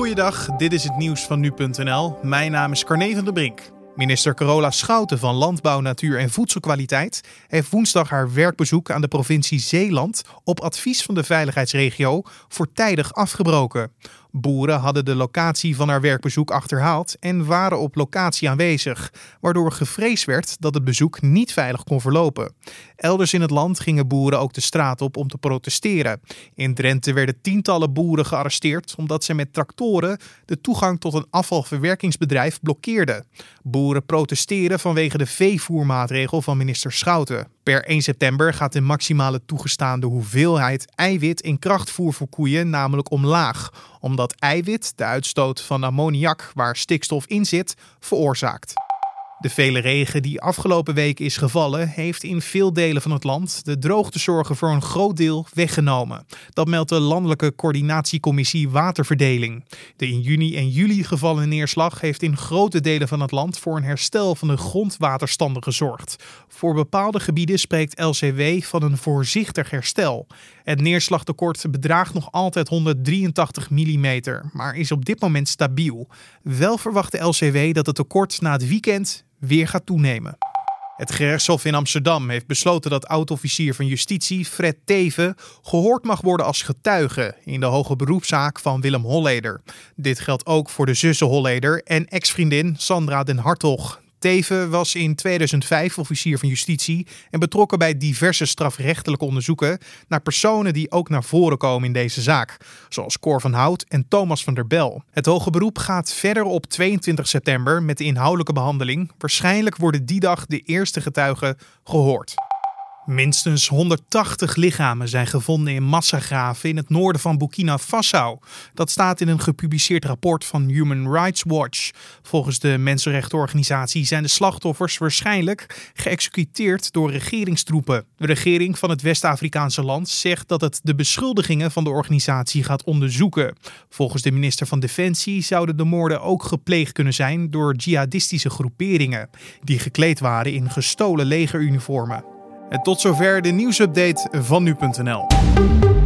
Goeiedag, dit is het nieuws van nu.nl. Mijn naam is Carne van der Brink. Minister Carola Schouten van Landbouw, Natuur en Voedselkwaliteit heeft woensdag haar werkbezoek aan de provincie Zeeland op advies van de veiligheidsregio voortijdig afgebroken. Boeren hadden de locatie van haar werkbezoek achterhaald en waren op locatie aanwezig, waardoor gevreesd werd dat het bezoek niet veilig kon verlopen. Elders in het land gingen boeren ook de straat op om te protesteren. In Drenthe werden tientallen boeren gearresteerd omdat ze met tractoren de toegang tot een afvalverwerkingsbedrijf blokkeerden. Boeren protesteren vanwege de veevoermaatregel van minister Schouten. Per 1 september gaat de maximale toegestaande hoeveelheid eiwit in krachtvoer voor koeien namelijk omlaag, omdat eiwit de uitstoot van ammoniak, waar stikstof in zit, veroorzaakt. De vele regen die afgelopen week is gevallen, heeft in veel delen van het land de droogtezorgen voor een groot deel weggenomen. Dat meldt de Landelijke Coördinatiecommissie Waterverdeling. De in juni en juli gevallen neerslag heeft in grote delen van het land voor een herstel van de grondwaterstanden gezorgd. Voor bepaalde gebieden spreekt LCW van een voorzichtig herstel. Het neerslagtekort bedraagt nog altijd 183 mm, maar is op dit moment stabiel. Wel verwacht de LCW dat het tekort na het weekend weer gaat toenemen. Het gerechtshof in Amsterdam heeft besloten dat oud-officier van Justitie Fred Teeven gehoord mag worden als getuige in de hoge beroepszaak van Willem Holleder. Dit geldt ook voor de zussen Holleder en ex-vriendin Sandra den Hartog. Teeven was in 2005 officier van Justitie en betrokken bij diverse strafrechtelijke onderzoeken naar personen die ook naar voren komen in deze zaak, zoals Cor van Hout en Thomas van der Bel. Het hoge beroep gaat verder op 22 september met de inhoudelijke behandeling. Waarschijnlijk worden die dag de eerste getuigen gehoord. Minstens 180 lichamen zijn gevonden in massagraven in het noorden van Burkina Faso. Dat staat in een gepubliceerd rapport van Human Rights Watch. Volgens de mensenrechtenorganisatie zijn de slachtoffers waarschijnlijk geëxecuteerd door regeringstroepen. De regering van het West-Afrikaanse land zegt dat het de beschuldigingen van de organisatie gaat onderzoeken. Volgens de minister van Defensie zouden de moorden ook gepleegd kunnen zijn door jihadistische groeperingen die gekleed waren in gestolen legeruniformen. En tot zover de nieuwsupdate van nu.nl.